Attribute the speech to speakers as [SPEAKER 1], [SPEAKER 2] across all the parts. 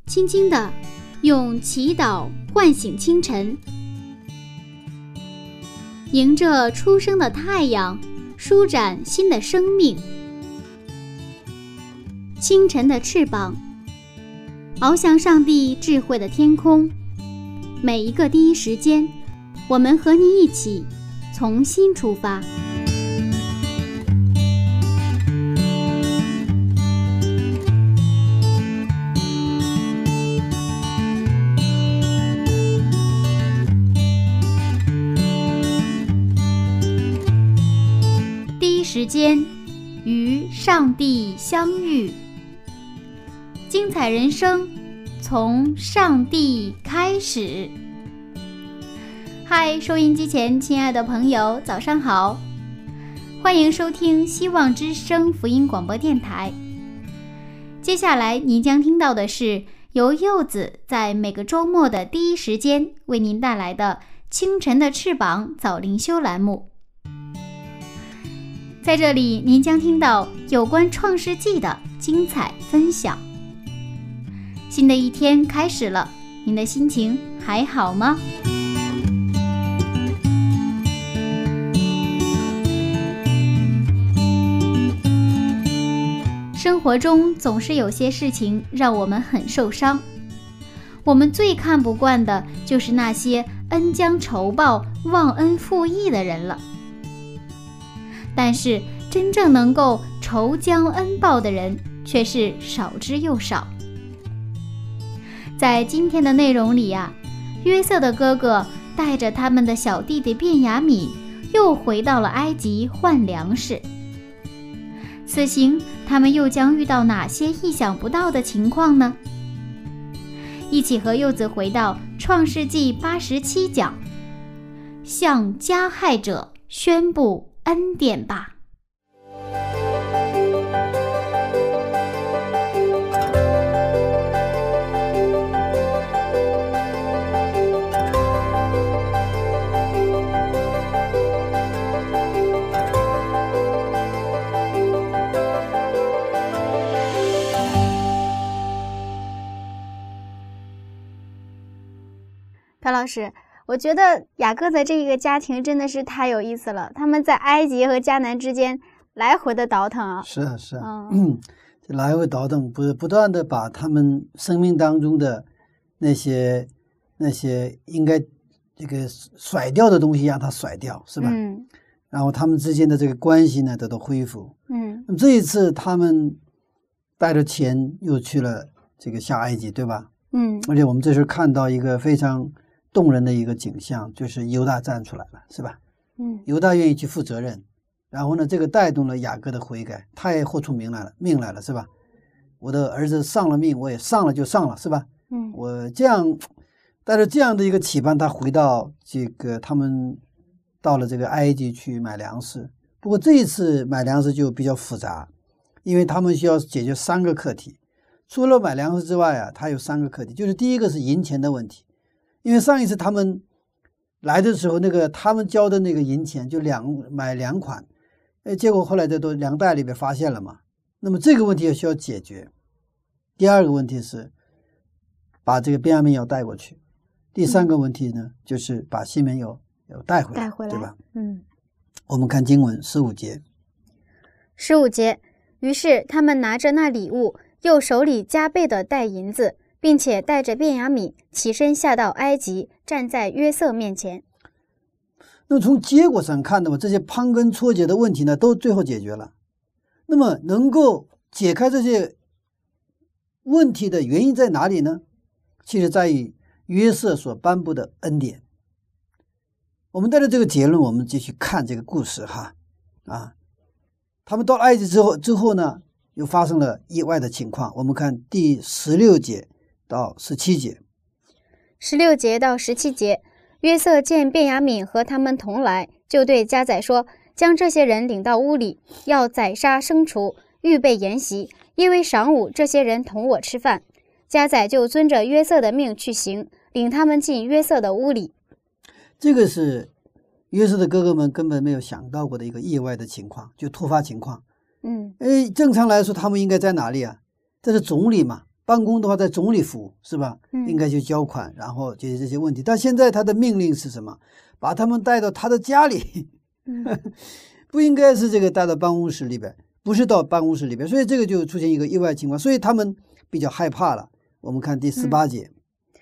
[SPEAKER 1] 轻轻地用祈祷唤醒清晨，迎着初升的太阳，舒展新的生命。清晨的翅膀，翱翔上帝智慧的天空。每一个第一时间，我们和你一起重新出发。时间与上帝相遇，精彩人生从上帝开始。嗨，收音机前亲爱的朋友，早上好，欢迎收听希望之声福音广播电台。接下来您将听到的是由柚子在每个周末的第一时间为您带来的清晨的翅膀早灵修栏目。在这里，您将听到有关创世纪的精彩分享。新的一天开始了，您的心情还好吗？生活中总是有些事情让我们很受伤，我们最看不惯的就是那些恩将仇报、忘恩负义的人了。但是真正能够仇将恩报的人却是少之又少。在今天的内容里啊，约瑟的哥哥带着他们的小弟弟便雅悯又回到了埃及换粮食。此行他们又将遇到哪些意想不到的情况呢？一起和柚子回到创世纪87讲，向加害者宣布恩典吧。陶老师，我觉得雅各的这个家庭真的是太有意思了，他们在埃及和迦南之间来回的倒腾啊。
[SPEAKER 2] 是啊，这来回倒腾，不断的把他们生命当中的那些应该这个甩掉的东西让他甩掉，是吧？然后他们之间的这个关系呢得到恢复。那么这一次他们带着钱又去了这个下埃及，对吧？而且我们这时候看到一个非常动人的一个景象，就是犹大站出来了，是吧？犹大愿意去负责任，然后呢，这个带动了雅各的悔改，他也豁出命来了，是吧？我的儿子丧了命，我也上了就上了，是吧？我这样带着这样的一个期盼，他回到这个他们到了这个埃及去买粮食。不过这一次买粮食就比较复杂，因为他们需要解决3个课题。除了买粮食之外啊，他有3个课题，就是第一个是银钱的问题。因为上一次他们来的时候，他们交的那个银钱就买2款，结果后来都粮袋里边发现了嘛。那么这个问题也需要解决。第2个问题是把这个便雅悯要带过去。第3个问题呢，就是把西门要带回来，对吧？我们看经文15节。
[SPEAKER 1] 15节，于是他们拿着那礼物，又手里加倍的带银子，并且带着便雅悯起身下到埃及，站在约瑟面前。
[SPEAKER 2] 那么从结果上看的话，这些盘根错节的问题呢，都最后解决了。那么能够解开这些问题的原因在哪里呢？其实在于约瑟所颁布的恩典。我们带着这个结论，我们继续看这个故事哈。他们到了埃及之后呢，又发生了意外的情况。我们看第16节到17节。
[SPEAKER 1] 16节到17节，约瑟见便雅悯和他们同来，就对家宰说，将这些人领到屋里，要宰杀牲畜，预备筵席，因为晌午这些人同我吃饭。家宰就遵着约瑟的命去行，领他们进约瑟的屋里。
[SPEAKER 2] 这个是约瑟的哥哥们根本没有想到过的一个意外的情况，就突发情况。正常来说他们应该在哪里啊？这是总理嘛， 办公的话在总理府是吧？应该去交款，然后解决这些问题。但现在他的命令是什么？把他们带到他的家里，不应该是这个带到办公室里边，不是到办公室里边，所以这个就出现一个意外情况，所以他们比较害怕了。我们看第18节。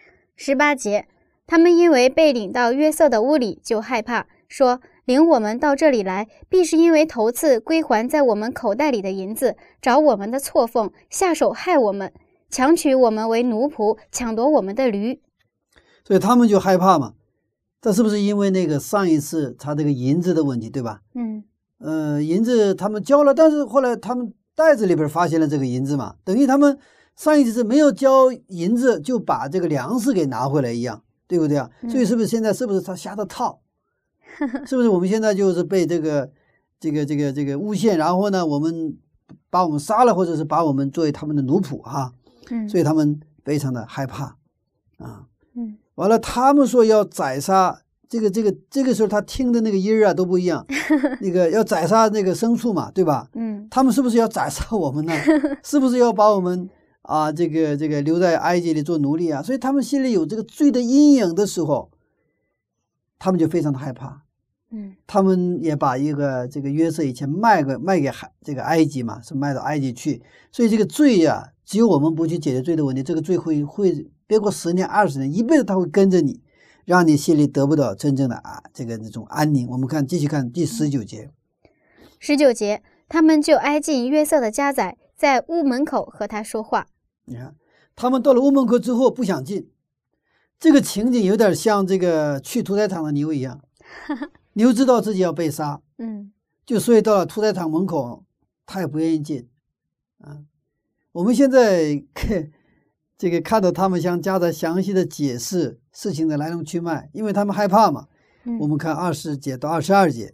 [SPEAKER 1] 18节，他们因为被领到约瑟的屋里，就害怕，说领我们到这里来，必是因为头次归还在我们口袋里的银子，找我们的错缝，下手害我们，强取我们为奴仆，抢夺我们的驴。
[SPEAKER 2] 所以他们就害怕嘛。这是不是因为那个上一次他这个银子的问题，对吧？银子他们交了，但是后来他们袋子里边发现了这个银子嘛，等于他们上一次没有交银子就把这个粮食给拿回来一样，对不对啊？所以是不是现在是不是他下的套？是不是我们现在就是被这个诬陷，然后呢，我们把我们杀了，或者是把我们作为他们的奴仆哈？所以他们非常的害怕啊。完了，他们说要宰杀这个时候，他听的那个音儿啊都不一样。那个要宰杀那个牲畜嘛，对吧？他们是不是要宰杀我们呢？是不是要把我们啊这个留在埃及里做奴隶啊？所以他们心里有这个罪的阴影的时候，他们就非常的害怕。他们也把一个这个约瑟以前卖给这个埃及嘛，是卖到埃及去。所以这个罪呀，只有我们不去解决罪的问题，这个罪会别过10年20年，一辈子他会跟着你，让你心里得不到真正的那种安宁。我们继续看第19节。
[SPEAKER 1] 19节，他们就挨近约瑟的家宰，在屋门口和他说话。
[SPEAKER 2] 你看，他们到了屋门口之后不想进，这个情景有点像这个去屠宰场的牛一样。牛知道自己要被杀，所以到了屠宰场门口，他也不愿意进。我们现在看到他们向家宰详细的解释事情的来龙去脉，因为他们害怕嘛。我们看20节到22节。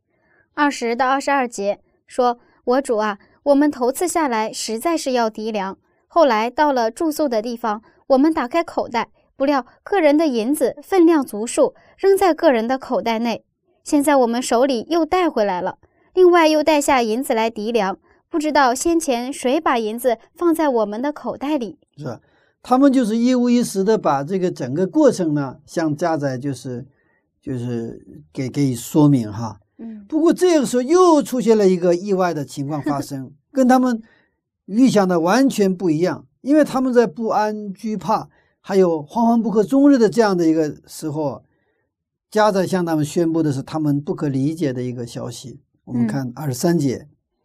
[SPEAKER 1] 20到22节说：“我主啊，我们头次下来实在是要籴粮，后来到了住宿的地方，我们打开口袋，不料个人的银子分量足数，扔在个人的口袋内。现在我们手里又带回来了，另外又带下银子来籴粮，不知道先前谁把银子放在我们的口袋里。”
[SPEAKER 2] 是吧？他们就是一五一十的把这个整个过程呢，向家宰就是给说明哈。不过这个时候又出现了一个意外的情况发生，跟他们预想的完全不一样。因为他们在不安惧怕还有惶惶不可终日的这样的一个时候，家宰向他们宣布的是他们不可理解的一个消息。我们看23节。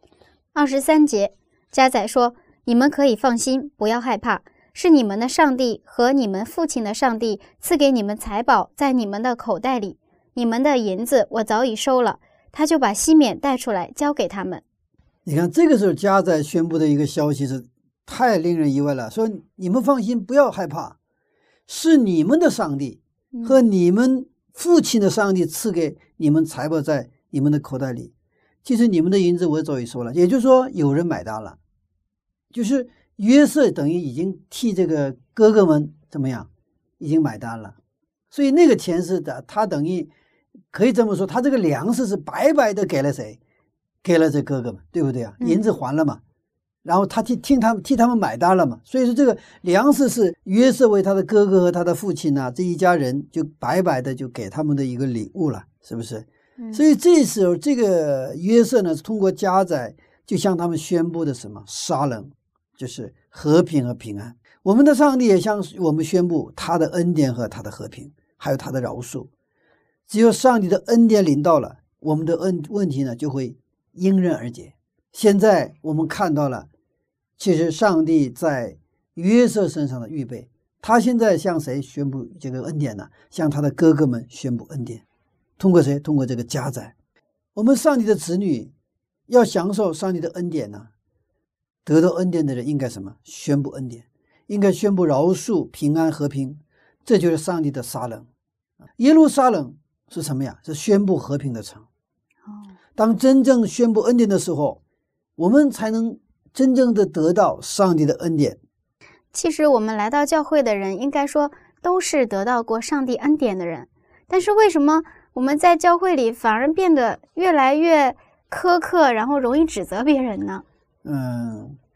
[SPEAKER 1] 23节，家宰说：“你们可以放心，不要害怕，是你们的上帝和你们父亲的上帝赐给你们财宝在你们的口袋里，你们的银子我早已收了。”他就把西缅带出来交给他们。
[SPEAKER 2] 你看这个时候家宰宣布的一个消息是太令人意外了，说你们放心，不要害怕，是你们的上帝和你们父亲的上帝赐给你们财宝在你们的口袋里，其实你们的银子我早已收了。也就是说有人买单了，就是约瑟等于已经替这个哥哥们怎么样，已经买单了。所以那个钱是的，他等于可以这么说，他这个粮食是白白的给了谁？给了这哥哥们，对不对啊？银子还了嘛，然后他替他们买单了嘛。所以说这个粮食是约瑟为他的哥哥和他的父亲啊，这一家人就白白的就给他们的一个礼物了，是不是？所以这时候这个约瑟呢，通过家宰就向他们宣布的什么？沙冷，就是和平和平安。我们的上帝也向我们宣布他的恩典和他的和平，还有他的饶恕。只有上帝的恩典临到了，我们的问题呢就会迎刃而解。现在我们看到了，其实上帝在约瑟身上的预备，他现在向谁宣布这个恩典呢？向他的哥哥们宣布恩典。通过谁？通过这个家宰。我们上帝的子女要享受上帝的恩典呢，得到恩典的人应该什么？宣布恩典，应该宣布饶恕、平安、和平。这就是上帝的撒冷。耶路撒冷是什么呀？是宣布和平的城。当真正宣布恩典的时候，我们才能真正的得到上帝的恩典。
[SPEAKER 1] 其实我们来到教会的人，应该说都是得到过上帝恩典的人，但是为什么我们在教会里反而变得越来越苛刻，然后容易指责别人呢？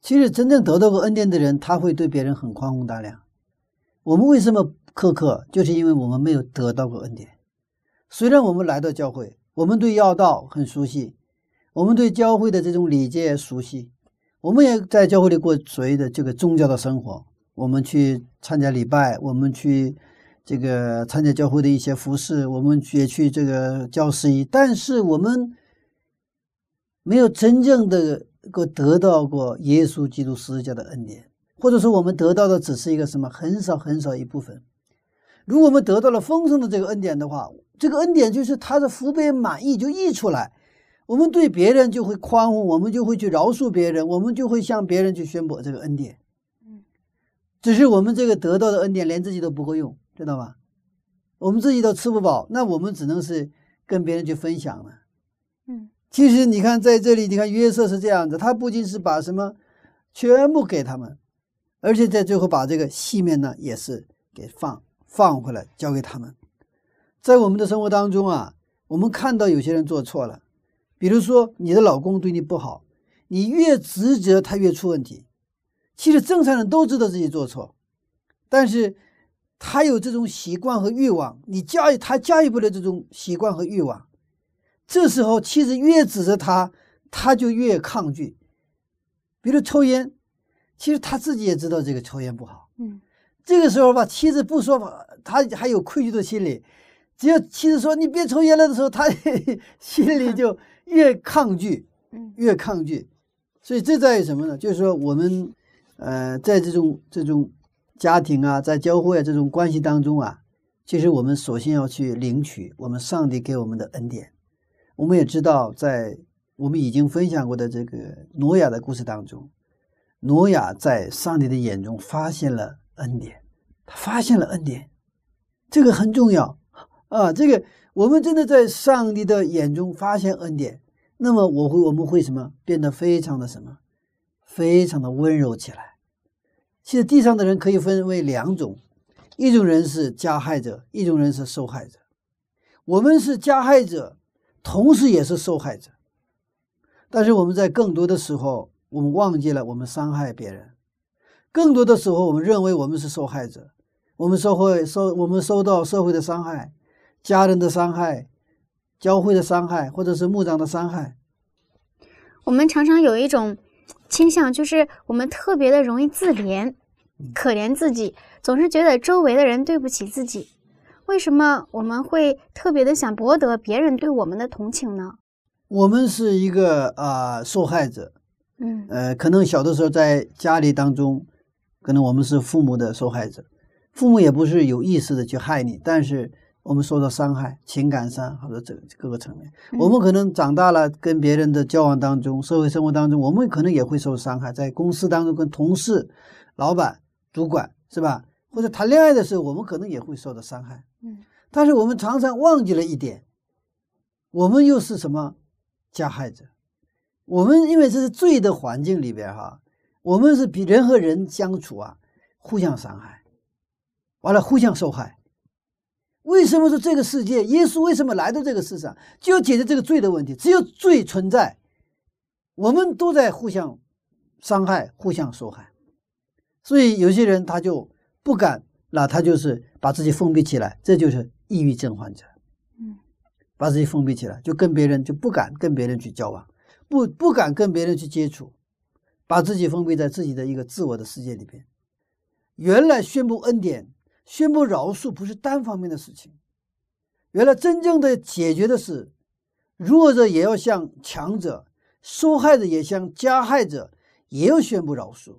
[SPEAKER 2] 其实真正得到过恩典的人，他会对别人很宽宏大量。我们为什么苛刻？就是因为我们没有得到过恩典。虽然我们来到教会，我们对要道很熟悉，我们对教会的这种礼节熟悉，我们也在教会里过所谓的这个宗教的生活，我们去参加礼拜，我们去这个参加教会的一些服事，我们也去这个教司仪，但是我们没有真正的得到过耶稣基督十字架的恩典，或者说我们得到的只是一个什么很少很少一部分。如果我们得到了丰盛的这个恩典的话，这个恩典就是他的福杯满溢就溢出来，我们对别人就会宽宏，我们就会去饶恕别人，我们就会向别人去宣布这个恩典。只是我们这个得到的恩典连自己都不够用，知道吗？我们自己都吃不饱，那我们只能是跟别人去分享了。其实你看在这里，你看约瑟是这样子，他不仅是把什么全部给他们，而且在最后把这个细面呢也是给放回来交给他们。在我们的生活当中啊，我们看到有些人做错了，比如说你的老公对你不好，你越指责他越出问题。其实正常人都知道自己做错，但是他有这种习惯和欲望，他驾驭不了这种习惯和欲望。这时候妻子越指责他，他就越抗拒。比如抽烟，其实他自己也知道这个抽烟不好，这个时候吧，妻子不说，他还有愧疚的心理。只要妻子说你别抽烟了的时候，他心里就越抗拒，越抗拒。所以这在于什么呢？就是说我们在这种家庭啊，在教会啊这种关系当中啊，其实我们首先要去领取我们上帝给我们的恩典。我们也知道，在我们已经分享过的这个挪亚的故事当中，挪亚在上帝的眼中发现了恩典，他发现了恩典，这个很重要啊！这个我们真的在上帝的眼中发现恩典，那么我们会什么变得非常的什么，非常的温柔起来。其实地上的人可以分为两种，一种人是加害者，一种人是受害者。我们是加害者，同时也是受害者，但是我们在更多的时候，我们忘记了我们伤害别人，更多的时候我们认为我们是受害者，我们受到社会的伤害，家人的伤害，教会的伤害，或者是牧长的伤害。
[SPEAKER 1] 我们常常有一种倾向，就是我们特别的容易自怜，可怜自己，总是觉得周围的人对不起自己。为什么我们会特别的想博得别人对我们的同情呢？
[SPEAKER 2] 我们是一个受害者，可能小的时候在家里当中，可能我们是父母的受害者，父母也不是有意识的去害你，但是我们受到伤害，情感上或者这各个层面，我们可能长大了，跟别人的交往当中，社会生活当中，我们可能也会受伤害，在公司当中跟同事、老板、主管，是吧？或者谈恋爱的时候，我们可能也会受到伤害。但是我们常常忘记了一点，我们又是什么加害者？我们因为这是罪的环境里边我们是比人和人相处互相伤害，完了互相受害。为什么说这个世界，耶稣为什么来到这个世上，就要解决这个罪的问题？只有罪存在，我们都在互相伤害，互相受害。所以有些人他就不敢，那他就是把自己封闭起来，这就是抑郁症患者。把自己封闭起来，就不敢跟别人去交往，不敢跟别人去接触，把自己封闭在自己的一个自我的世界里边。原来宣布恩典，宣布饶恕不是单方面的事情，原来真正的解决的是，弱者也要像强者，受害者也像加害者，也要宣布饶恕。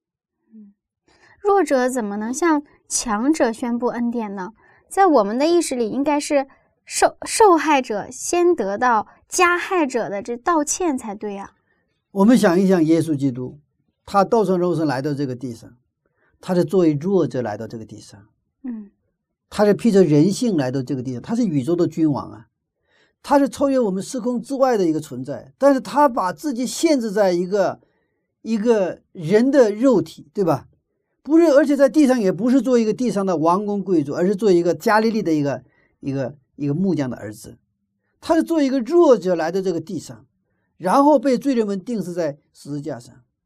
[SPEAKER 1] 弱者怎么能向强者宣布恩典呢？在我们的意识里，应该是受害者先得到加害者的这道歉才对啊。
[SPEAKER 2] 我们想一想，耶稣基督他道成肉身来到这个地上，他是作为弱者来到这个地上，他是披着人性来到这个地上，他是宇宙的君王他是超越我们时空之外的一个存在，但是他把自己限制在一个人的肉体，对吧？不是，而且在地上也不是做一个地上的王公贵族，而是做一个加利利的一个木匠的儿子。他是做一个弱者来到这个地上，然后被罪人们钉死在十字架上。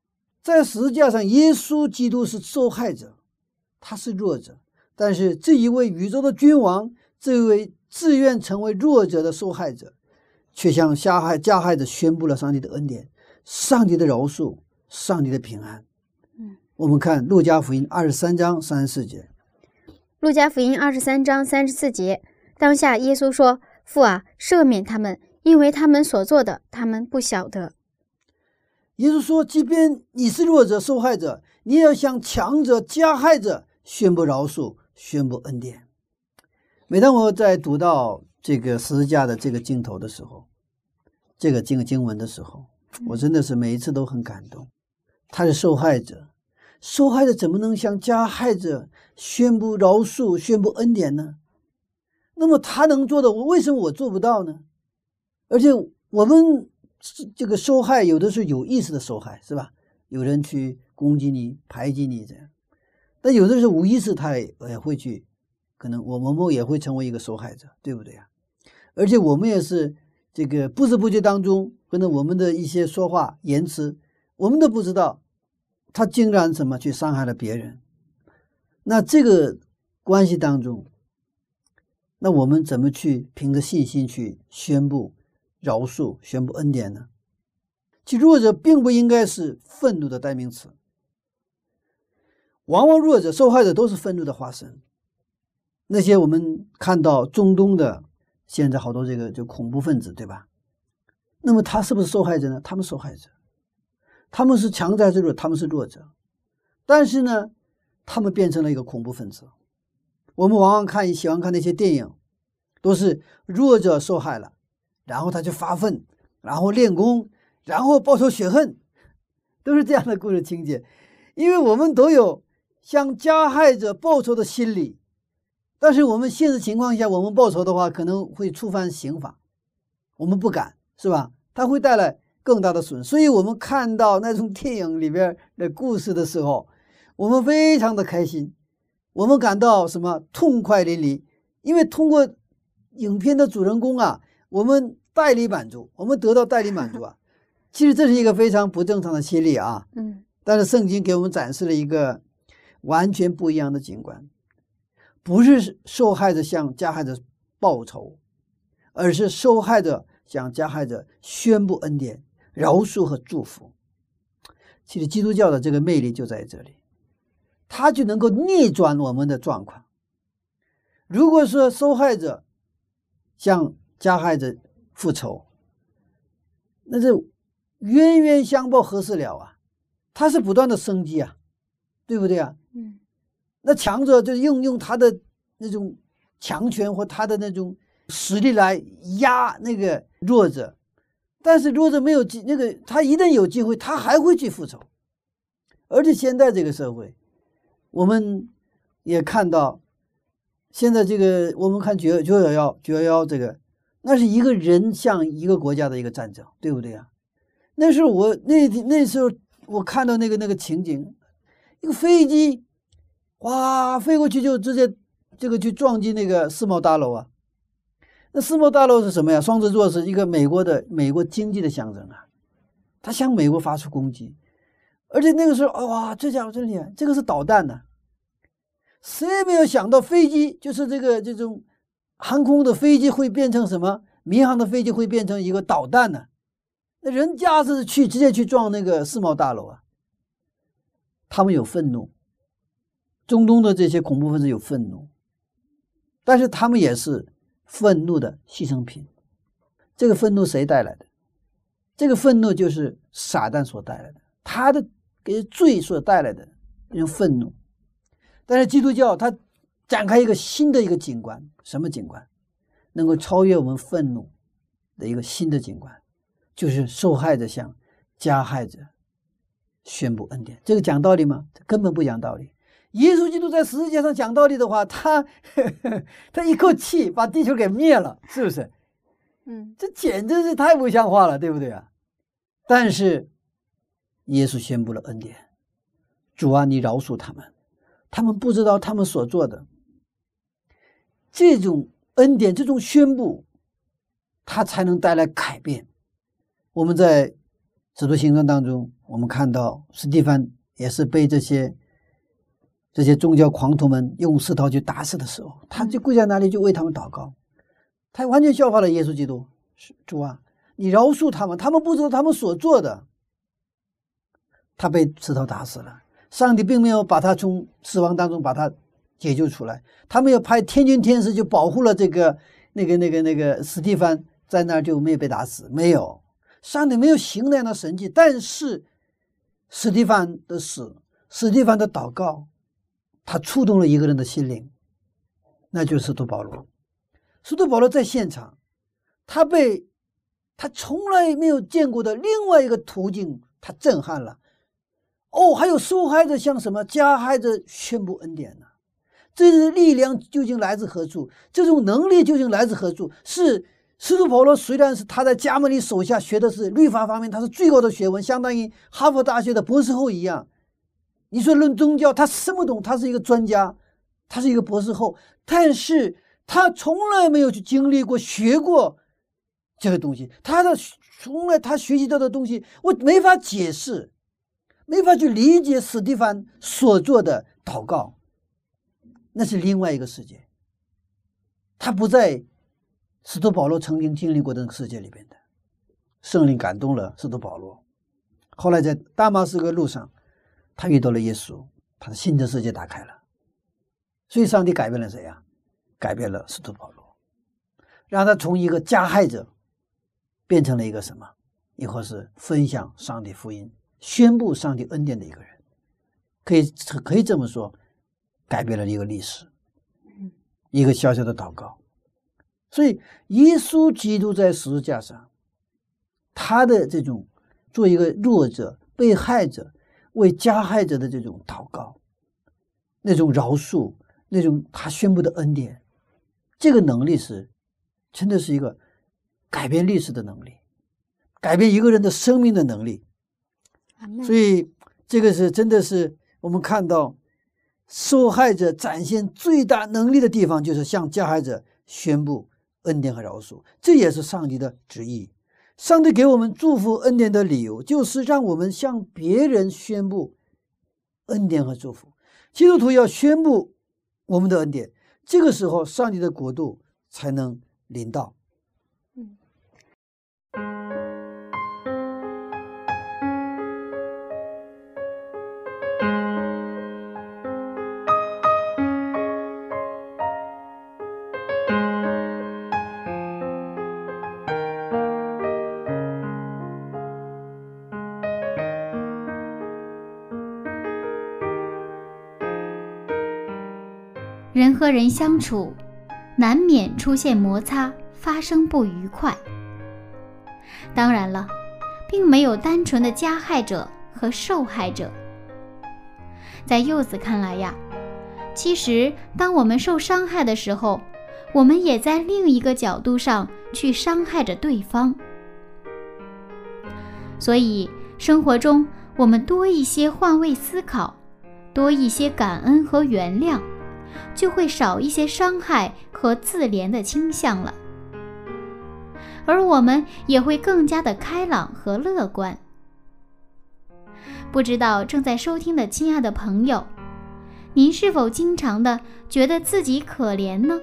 [SPEAKER 2] 在十字架上，耶稣基督是受害者，他是弱者，但是这一位宇宙的君王，这位自愿成为弱者的受害者，却向加害者宣布了上帝的恩典、上帝的饶恕、上帝的平安。我们看路加福音23章34节。
[SPEAKER 3] 路加福音23章34节，当下耶稣说：“父啊，赦免他们，因为他们所做的，他们不晓得。”
[SPEAKER 2] 耶稣说，即便你是弱者、受害者，你也要向强者、加害者宣布饶恕、宣布恩典。每当我在读到这个十字架的这个镜头的时候，这个经文的时候，我真的是每一次都很感动。他是受害者，受害者怎么能向加害者宣布饶恕、宣布恩典呢？那么他能做的，为什么我做不到呢？而且我们这个受害有的是有意识的受害，是吧？有人去攻击你、排挤你这样，但有的是无意识，他也会去，可能我们也会成为一个受害者，对不对啊？而且我们也是这个不知不觉当中，可能我们的一些说话言辞，我们都不知道，他竟然什么去伤害了别人。那这个关系当中，那我们怎么去凭着信心去宣布饶恕、宣布恩典呢？其弱者并不应该是愤怒的代名词，往往弱者、受害者都是愤怒的化身。那些我们看到中东的现在好多这个就恐怖分子，对吧？那么他是不是受害者呢？他们受害者，他们是强者还是弱？他们是弱者，但是呢，他们变成了一个恐怖分子。我们往往喜欢看那些电影，都是弱者受害了，然后他就发愤，然后练功，然后报仇雪恨，都是这样的故事情节。因为我们都有向加害者报仇的心理，但是我们现实情况下，我们报仇的话可能会触犯刑法，我们不敢，是吧？它会带来更大的损失。所以我们看到那种电影里边的故事的时候，我们非常的开心，我们感到什么痛快淋漓，因为通过影片的主人公啊，我们代理满足，我们得到代理满足啊。其实这是一个非常不正常的心理啊。但是圣经给我们展示了一个完全不一样的景观，不是受害者向加害者报仇，而是受害者向加害者宣布恩典、饶恕和祝福。其实基督教的这个魅力就在这里，它就能够逆转我们的状况。如果说受害者向加害者复仇，那是冤冤相报何时了啊？他是不断的升级啊，对不对啊？那强者就用他的那种强权或他的那种实力来压那个弱者，但是弱者没有他一旦有机会，他还会去复仇。而且现在这个社会，我们也看到，现在这个我们看911这个，那是一个人向一个国家的一个战争，对不对啊？那时候那时候我看到那个情景，一个飞机哇飞过去就直接这个去撞击那个世贸大楼啊。那世贸大楼是什么呀？双子座是一个美国经济的象征啊，它向美国发出攻击，而且那个时候哇，这家伙真厉害，这个是导弹呢。谁也没有想到飞机就是这种航空的飞机会变成什么？民航的飞机会变成一个导弹呢？那人驾驶直接去撞那个世贸大楼啊！他们有愤怒，中东的这些恐怖分子有愤怒，但是他们也是愤怒的牺牲品。这个愤怒谁带来的？这个愤怒就是撒旦所带来的，他的给罪所带来的那种愤怒。但是基督教它展开一个新的一个景观，什么景观？能够超越我们愤怒的一个新的景观，就是受害者向加害者宣布恩典。这个讲道理吗？根本不讲道理。耶稣基督在十字架上讲道理的话，他一口气把地球给灭了，是不是？这简直是太不像话了，对不对啊？但是耶稣宣布了恩典，主啊，你饶恕他们，他们不知道他们所做的。这种恩典，这种宣布，它才能带来改变。我们在使徒行传当中我们看到史蒂芬也是被这些宗教狂徒们用石头去打死的时候，他就跪在那里就为他们祷告，他完全效法了耶稣基督。主啊，你饶恕他们，他们不知道他们所做的。他被石头打死了，上帝并没有把他从死亡当中把他解救出来，他没有派天军天使就保护了这个史蒂芬，在那儿就没有被打死，没有，上帝没有行那样的神迹。但是史蒂芬的死，史蒂芬的祷告，他触动了一个人的心灵，那就是使徒保罗。使徒保罗在现场，他被他从来没有见过的另外一个途径他震撼了。还有受害者向什么加害者宣布恩典呢？这力量究竟来自何处？这种能力究竟来自何处？是使徒保罗，虽然是他在加门利手下学的是律法方面，他是最高的学问，相当于哈佛大学的博士后一样。你说论宗教，他什么懂？他是一个专家，他是一个博士后，但是他从来没有去经历过、学过这个东西。从来他学习到的东西，我没法解释，没法去理解史蒂芬所做的祷告，那是另外一个世界，他不在使徒保罗曾经经历过的那个世界里边的。圣灵感动了使徒保罗，后来在大马士革路上，他遇到了耶稣，他的新的世界打开了。所以上帝改变了谁呀？改变了使徒保罗，让他从一个加害者变成了一个什么？以后是分享上帝福音、宣布上帝恩典的一个人，可以这么说，改变了一个历史，一个小小的祷告。所以耶稣基督在十字架上，他的这种做一个弱者、被害者、为加害者的这种祷告，那种饶恕，那种他宣布的恩典，这个能力是真的是一个改变历史的能力，改变一个人的生命的能力。所以这个是真的是我们看到受害者展现最大能力的地方，就是向加害者宣布恩典和饶恕，这也是上帝的旨意。上帝给我们祝福恩典的理由，就是让我们向别人宣布恩典和祝福。基督徒要宣布我们的恩典，这个时候上帝的国度才能临到。
[SPEAKER 1] 人和人相处，难免出现摩擦，发生不愉快。当然了，并没有单纯的加害者和受害者。在柚子看来呀，其实当我们受伤害的时候，我们也在另一个角度上去伤害着对方。所以生活中我们多一些换位思考，多一些感恩和原谅，就会少一些伤害和自怜的倾向了，而我们也会更加的开朗和乐观。不知道正在收听的亲爱的朋友，您是否经常的觉得自己可怜呢？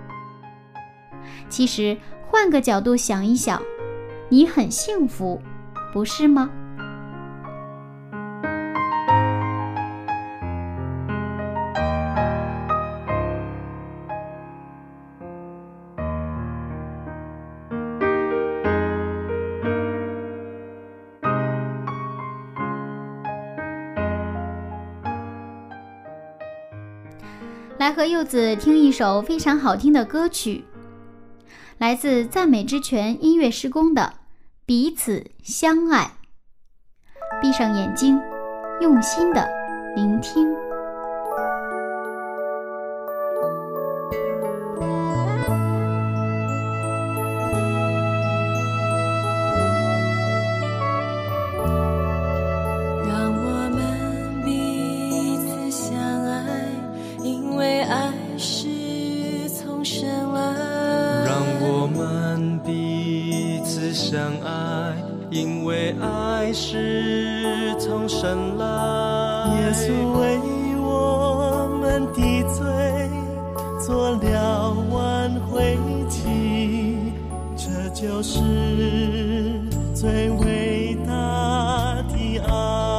[SPEAKER 1] 其实换个角度想一想，你很幸福，不是吗？来和柚子听一首非常好听的歌曲，来自赞美之泉音乐施工的《彼此相爱》。闭上眼睛，用心的聆听。
[SPEAKER 4] 相爱，因为爱是生来。耶稣为我们的罪做了挽回祭，这就是最伟大的爱。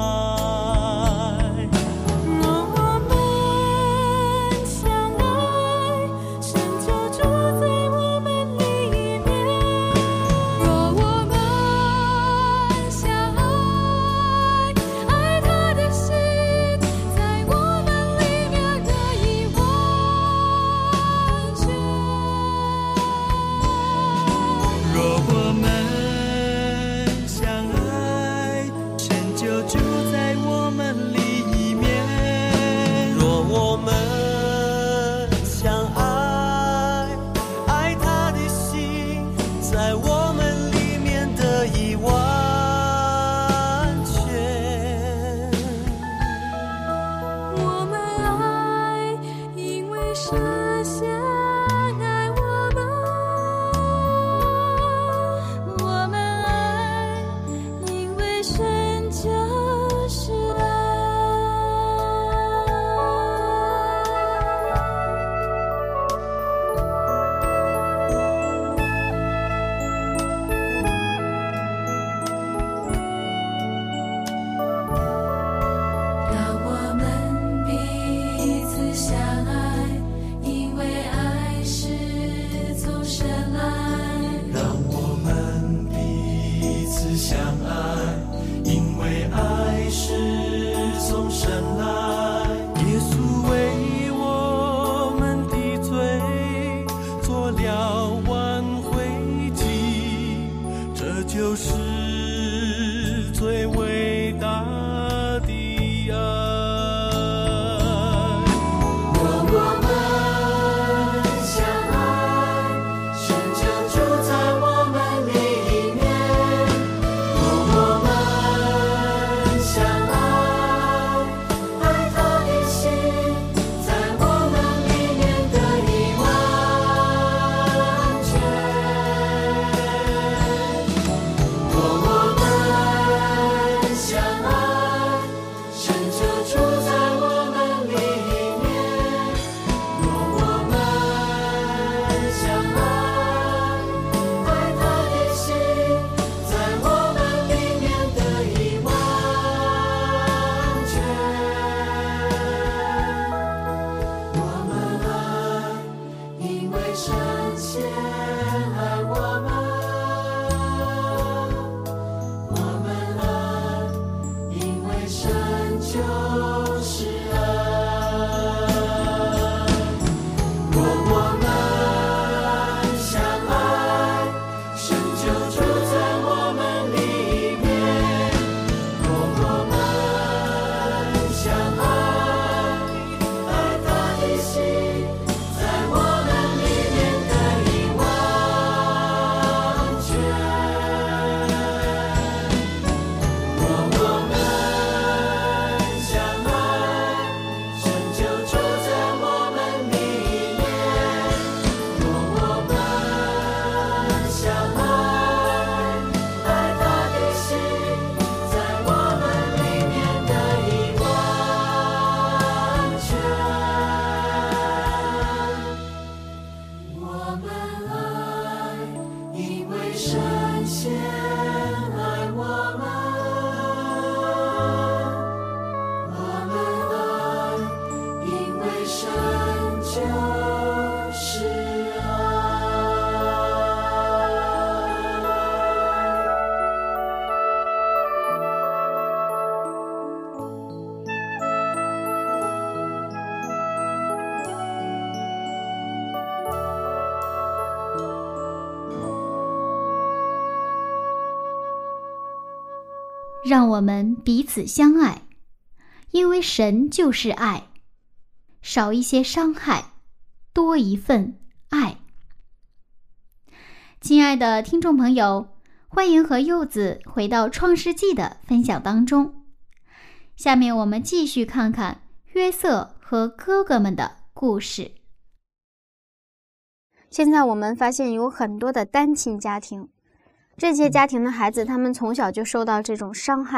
[SPEAKER 1] 让我们彼此相爱，因为神就是爱，少一些伤害，多一份爱。亲爱的听众朋友，欢迎和柚子回到创世纪的分享当中。下面我们继续看看约瑟和哥哥们的故事。
[SPEAKER 3] 现在我们发现有很多的单亲家庭，这些家庭的孩子他们从小就受到这种伤害，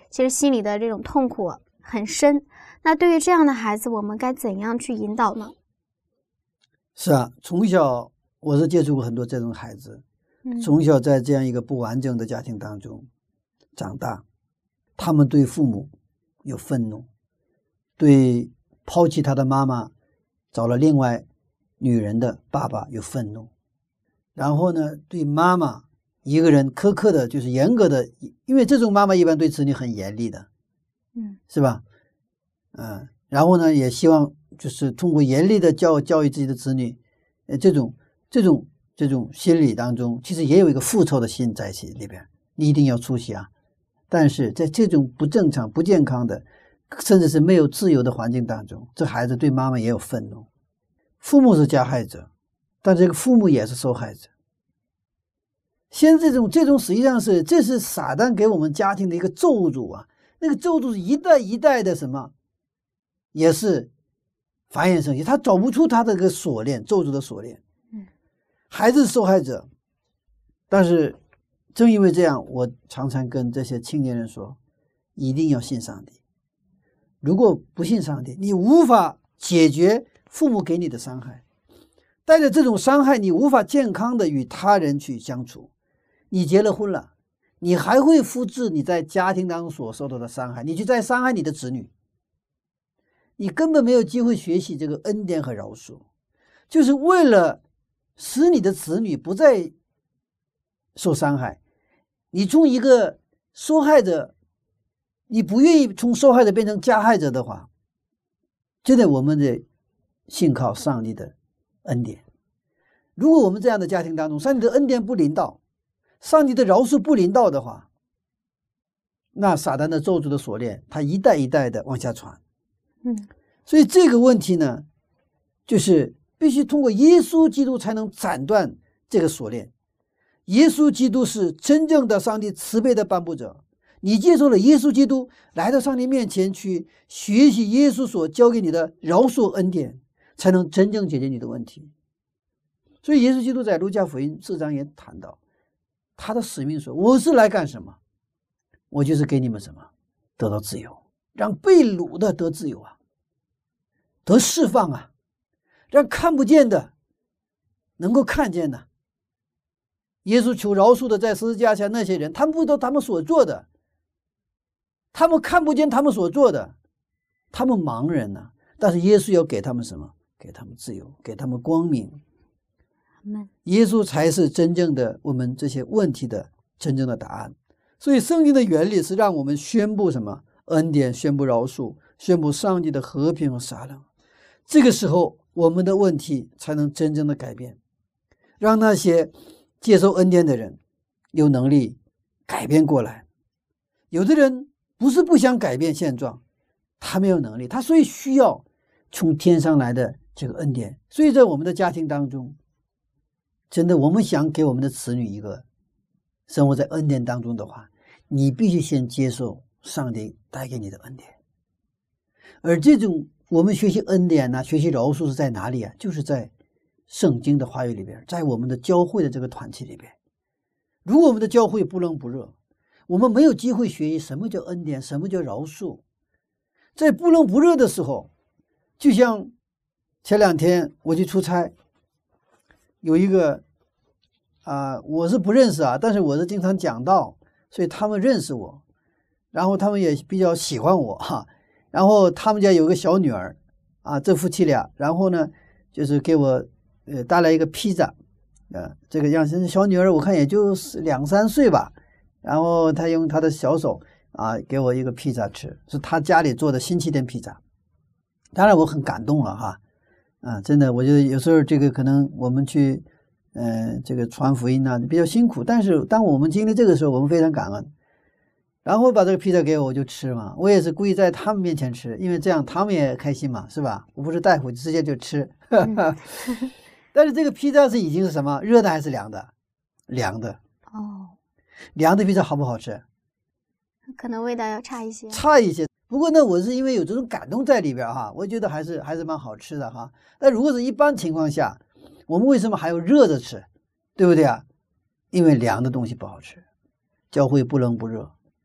[SPEAKER 3] 其实心里的这种痛苦很深。那对于这样的孩子，我们该怎样去引导呢？
[SPEAKER 2] 是啊，从小我是接触过很多这种孩子，从小在这样一个不完整的家庭当中长大，他们对父母有愤怒，对抛弃他的妈妈找了另外女人的爸爸有愤怒，然后呢，对妈妈一个人苛刻的，就是严格的，因为这种妈妈一般对子女很严厉的，是吧？然后呢，也希望就是通过严厉的教育自己的子女，这种心理当中，其实也有一个复仇的心在里边，你一定要出息啊。但是在这种不正常、不健康的，甚至是没有自由的环境当中，这孩子对妈妈也有愤怒。父母是加害者，但这个父母也是受害者。现在这种实际上这是撒旦给我们家庭的一个咒诅啊！那个咒诅是一代一代的什么，也是繁衍生息，他找不出他的这个锁链，咒诅的锁链。孩子是受害者，但是正因为这样，我常常跟这些青年人说，一定要信上帝。如果不信上帝，你无法解决父母给你的伤害，带着这种伤害，你无法健康的与他人去相处。你结了婚了，你还会复制你在家庭当中所受到的伤害，你就在伤害你的子女，你根本没有机会学习这个恩典和饶恕，就是为了使你的子女不再受伤害。你从一个受害者，你不愿意从受害者变成加害者的话，真的我们得信靠上帝的恩典。如果我们这样的家庭当中，上帝的恩典不临到，上帝的饶恕不临到的话，那撒旦的咒诅的锁链，它一代一代的往下传。所以这个问题呢，就是必须通过耶稣基督才能斩断这个锁链。耶稣基督是真正的上帝慈悲的颁布者，你接受了耶稣基督，来到上帝面前去学习耶稣所教给你的饶恕恩典，才能真正解决你的问题。所以耶稣基督在路加福音4章也谈到他的使命说，我是来干什么？我就是给你们什么？得到自由，让被掳的得自由啊，得释放啊，让看不见的能够看见的。耶稣求饶恕的在十字架下那些人，他们不知道他们所做的，他们看不见他们所做的，他们盲人呢，但是耶稣要给他们什么？给他们自由，给他们光明。耶稣才是真正的我们这些问题的真正的答案。所以圣经的原理是让我们宣布什么？恩典，宣布饶恕，宣布上帝的和平和撒冷。这个时候我们的问题才能真正的改变，让那些接受恩典的人有能力改变过来。有的人不是不想改变现状，他没有能力，他所以需要从天上来的这个恩典。所以在我们的家庭当中，真的我们想给我们的子女一个生活在恩典当中的话，你必须先接受上帝带给你的恩典。而这种我们学习恩典呢，学习饶恕是在哪里啊？就是在圣经的话语里边，在我们的教会的这个团体里边。如果我们的教会不冷不热，我们没有机会学习什么叫恩典，什么叫饶恕。在不冷不热的时候，就像前2天我去出差，有一个我是不认识啊，但是我是经常讲道，所以他们认识我，然后他们也比较喜欢我哈。然后他们家有个小女儿这夫妻俩，然后呢就是给我带来一个披萨这个样子，小女儿我看也就2-3岁吧，然后她用她的小手给我一个披萨吃，是她家里做的新起点披萨。当然我很感动了哈，真的，我觉得有时候这个可能我们去这个传福音比较辛苦，但是当我们经历这个时候，我们非常感恩。然后把这个披萨给我就吃嘛，我也是故意在他们面前吃，因为这样他们也开心嘛，是吧？我不是带回去直接就吃。但是这个披萨是已经是什么？热的还是凉的？凉的。凉的披萨好不好吃？
[SPEAKER 3] 可能味道要差一些。
[SPEAKER 2] 差一些。不过呢，我是因为有这种感动在里边哈，我觉得还是蛮好吃的哈。但如果是一般情况下，我们为什么还要热着吃？对不对啊？因为凉的东西不好吃，教会不冷不热。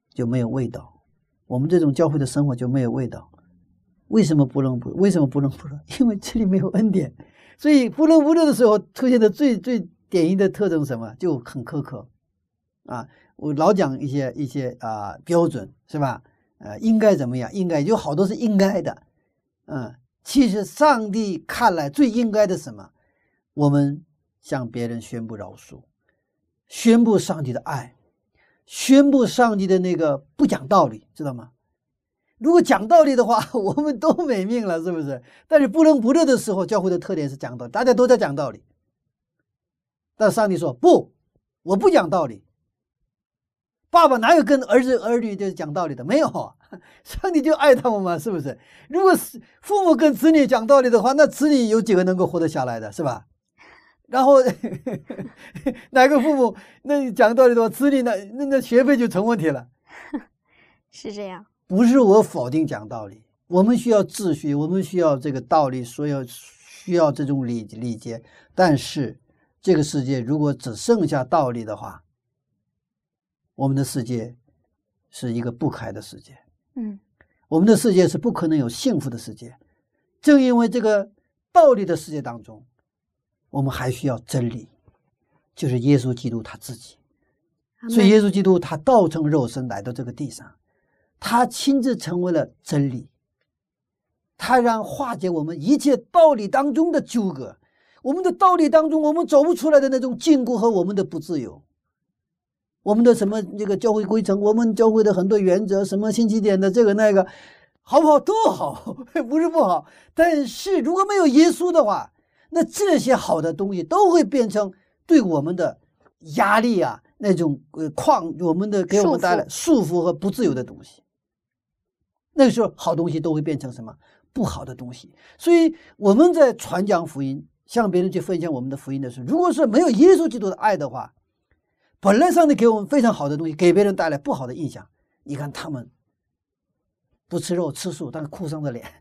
[SPEAKER 2] 就没有味道，我们这种教会的生活就没有味道。为什么不冷不热？为什么不冷不热？因为这里没有恩典。所以不冷不热的时候出现的最典型的特征是什么？就很苛刻啊！我老讲一些标准，是吧？应该怎么样？应该有好多是应该的。其实上帝看来最应该的是什么？我们向别人宣布饶恕，宣布上帝的爱，宣布上帝的那个不讲道理，知道吗？如果讲道理的话，我们都没命了，是不是？但是不冷不热的时候，教会的特点是讲道理，大家都在讲道理。但上帝说不，我不讲道理。爸爸哪有跟儿女就讲道理的？没有，上帝就爱他们嘛，是不是？如果父母跟子女讲道理的话，那子女有几个能够活得下来的，是吧？然后哪个父母那讲道理的话，子女那学费就成问题了。
[SPEAKER 3] 是这样。
[SPEAKER 2] 不是我否定讲道理，我们需要秩序，我们需要这个道理，需要这种礼节。但是这个世界如果只剩下道理的话，我们的世界是一个不开的世界。我们的世界是不可能有幸福的世界。正因为这个道理的世界当中，我们还需要真理，就是耶稣基督他自己。所以耶稣基督他道成肉身来到这个地上，他亲自成为了真理，他让化解我们一切道理当中的纠葛，我们的道理当中我们走不出来的那种禁锢和我们的不自由，我们的什么这个教会规程，我们教会的很多原则，什么星期天的这个那个，好不好？都好，不是不好。但是如果没有耶稣的话，那这些好的东西都会变成对我们的压力啊，那种我们的给我们带来束缚和不自由的东西。那个时候好东西都会变成什么？不好的东西。所以我们在传讲福音，向别人去分享我们的福音的时候，如果是没有耶稣基督的爱的话，本来上帝给我们非常好的东西，给别人带来不好的印象。你看他们不吃肉吃素，但是哭丧着脸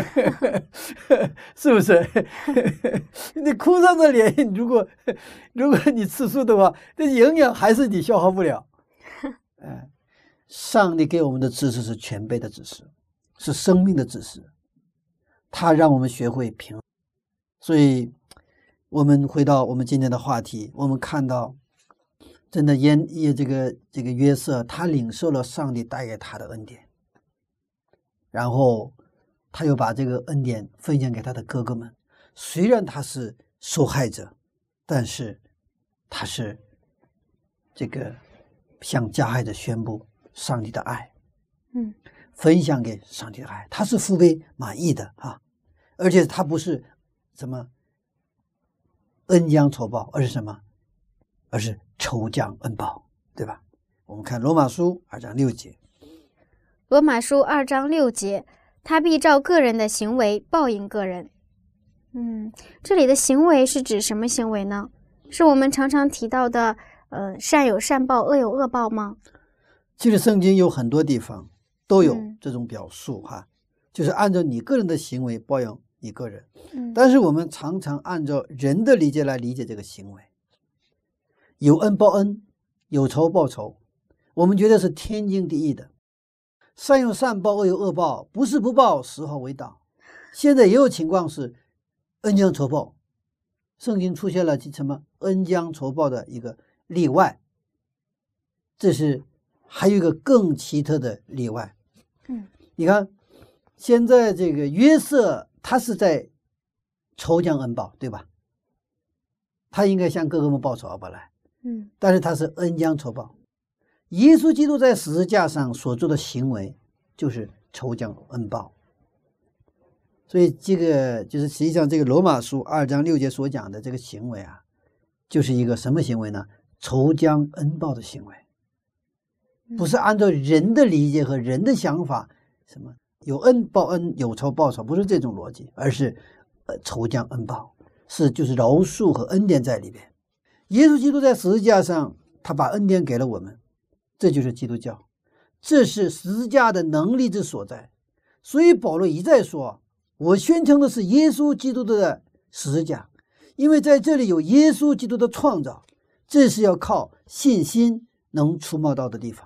[SPEAKER 2] 是不是？你哭丧着脸，如果你吃素的话，这营养还是你消耗不了。上帝给我们的知识是全备的知识，是生命的知识，他让我们学会平衡。所以我们回到我们今天的话题，我们看到真的这个约瑟，他领受了上帝带给他的恩典，然后他又把这个恩典分享给他的哥哥们。虽然他是受害者，但是他是这个向加害者宣布上帝的爱，分享给上帝的爱，他是腹背满意的啊！而且他不是什么恩将仇报，而是什么？而是仇将恩报，对吧？我们看罗马书2章6节。
[SPEAKER 3] 罗马书2章6节，他必照个人的行为报应个人。这里的行为是指什么行为呢？是我们常常提到的善有善报，恶有恶报吗？
[SPEAKER 2] 其实圣经有很多地方都有这种表述就是按照你个人的行为报应你个人。但是我们常常按照人的理解来理解这个行为，有恩报恩，有仇报仇，我们觉得是天经地义的。善有善报，恶有恶报，不是不报，时候未到。现在也有情况是恩将仇报，圣经出现了什么恩将仇报的一个例外，这是还有一个更奇特的例外。你看现在这个约瑟他是在仇将恩报，对吧？他应该向哥哥们报仇而来，但是他是恩将仇报。耶稣基督在十字架上所做的行为就是仇将恩报。所以这个就是实际上这个罗马书2章6节所讲的这个行为就是一个什么行为呢？仇将恩报的行为，不是按照人的理解和人的想法，什么有恩报恩，有仇报仇，不是这种逻辑，而是仇将恩报，就是饶恕和恩典在里边。耶稣基督在十字架上，他把恩典给了我们，这就是基督教，这是十字架的能力之所在。所以保罗一再说，我宣称的是耶稣基督的十字架，因为在这里有耶稣基督的创造，这是要靠信心能触摸到的地方，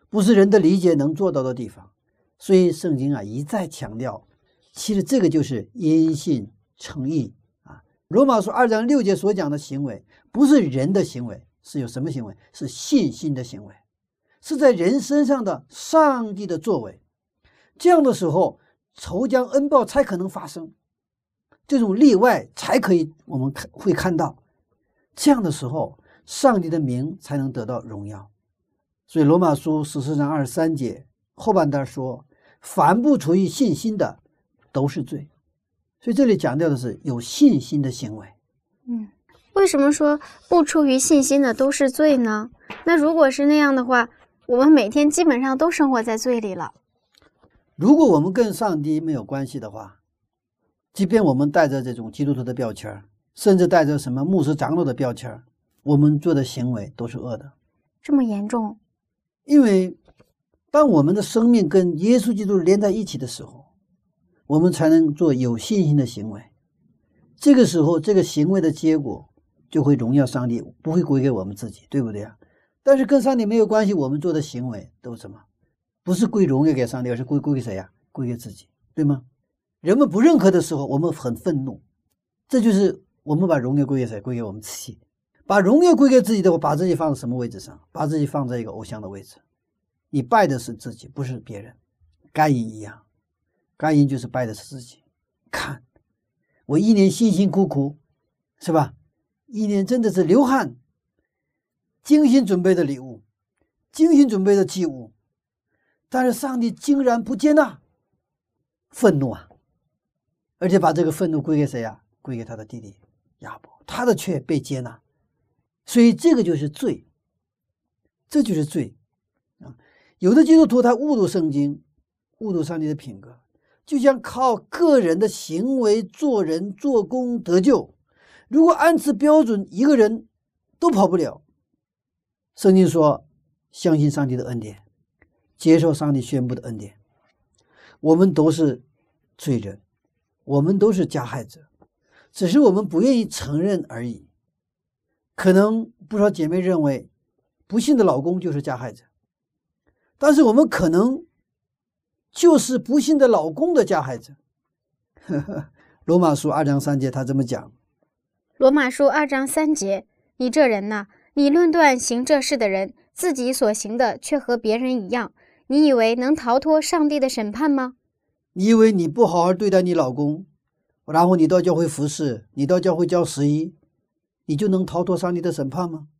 [SPEAKER 2] 不是人的理解能做到的地方。所以圣经啊一再强调，其实这个就是因信称义啊。罗马书2章6节所讲的行为，不是人的行为，是有什么行为？是信心的行为，是在人身上的上帝的作为。这样的时候，仇将恩报才可能发生，这种例外才可以我们会看到。这样的时候，上帝的名才能得到荣耀。所以罗马书14章23节后半段说，凡不出于信心的都是罪。所以这里讲到的是有信心的行为。
[SPEAKER 3] 为什么说不出于信心的都是罪呢？那如果是那样的话，我们每天基本上都生活在罪里了。
[SPEAKER 2] 如果我们跟上帝没有关系的话，即便我们带着这种基督徒的标签，甚至带着什么牧师长老的标签，我们做的行为都是恶的。
[SPEAKER 3] 这么严重？
[SPEAKER 2] 因为当我们的生命跟耶稣基督连在一起的时候，我们才能做有信心的行为。这个时候，这个行为的结果就会荣耀上帝，不会归给我们自己，对不对啊？但是跟上帝没有关系，我们做的行为都是什么？不是归荣耀给上帝，而是归给谁呀？归给自己，对吗？人们不认可的时候，我们很愤怒，这就是我们把荣耀归给谁？归给我们自己。把荣耀归给自己的话，把自己放在什么位置上？把自己放在一个偶像的位置。你拜的是自己，不是别人。该隐一样，该隐就是拜的是自己。看，我一年辛辛苦苦，是吧？一年真的是流汗，精心准备的礼物，精心准备的祭物，但是上帝竟然不接纳，愤怒啊！而且把这个愤怒归给谁啊？归给他的弟弟亚伯，他的却被接纳。所以这个就是罪，这就是罪啊！有的基督徒他误读圣经，误读上帝的品格，就像靠个人的行为做人做工得救。如果按此标准，一个人都跑不了。圣经说，相信上帝的恩典，接受上帝宣布的恩典。我们都是罪人，我们都是加害者，只是我们不愿意承认而已。可能不少姐妹认为不幸的老公就是加害者，但是我们可能就是不幸的老公的加害者。罗马书2章3节他这么讲。
[SPEAKER 3] 罗马书2章3节，你这人呐，你论断行这事的人，自己所行的却和别人一样，你以为能逃脱上帝的审判吗？
[SPEAKER 2] 你以为你不好好对待你老公，然后你到教会服侍，你到教会教11，你就能逃脱上帝的审判吗？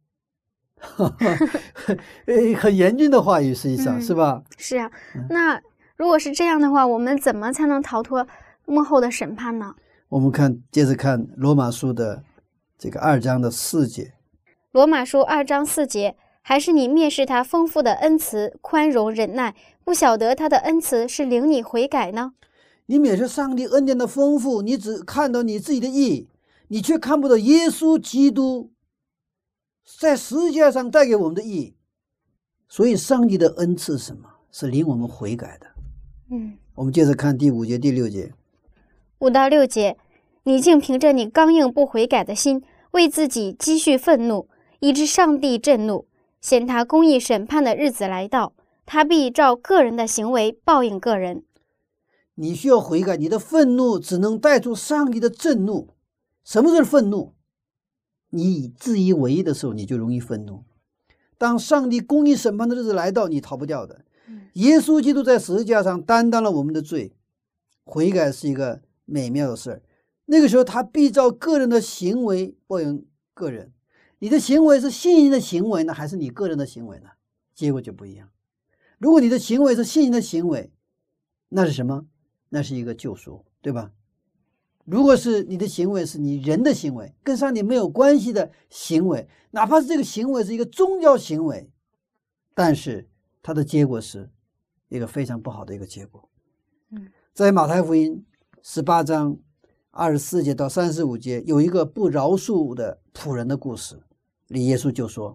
[SPEAKER 2] 很严峻的话语，实际上是吧？
[SPEAKER 3] 是啊，那如果是这样的话，我们怎么才能逃脱幕后的审判呢？
[SPEAKER 2] 我们接着看罗马书的这个2章的4节。
[SPEAKER 3] 罗马书2章4节，还是你蔑视他丰富的恩慈、宽容、忍耐，不晓得他的恩慈是领你悔改呢？
[SPEAKER 2] 你蔑视上帝恩典的丰富，你只看到你自己的义，你却看不到耶稣基督在十字架上带给我们的义。所以上帝的恩赐是什么？是领我们悔改的。我们接着看第5节、第6节。
[SPEAKER 3] 5到6节，你竟凭着你刚硬不悔改的心，为自己积蓄愤怒，以致上帝震怒，显他公义审判的日子来到，他必照个人的行为报应个人。
[SPEAKER 2] 你需要悔改，你的愤怒只能带出上帝的震怒。什么是愤怒？你自以为意的时候，你就容易愤怒。当上帝公义审判的日子来到，你逃不掉的。耶稣基督在十字架上担当了我们的罪，悔改是一个美妙的事儿。那个时候他必照个人的行为报应个人。你的行为是信心的行为呢，还是你个人的行为呢？结果就不一样。如果你的行为是信心的行为，那是什么？那是一个救赎，对吧？如果是你的行为是你人的行为，跟上帝没有关系的行为，哪怕是这个行为是一个宗教行为，但是它的结果是一个非常不好的一个结果。在马太福音18章24节到35节，有一个不饶恕的仆人的故事，里耶稣就说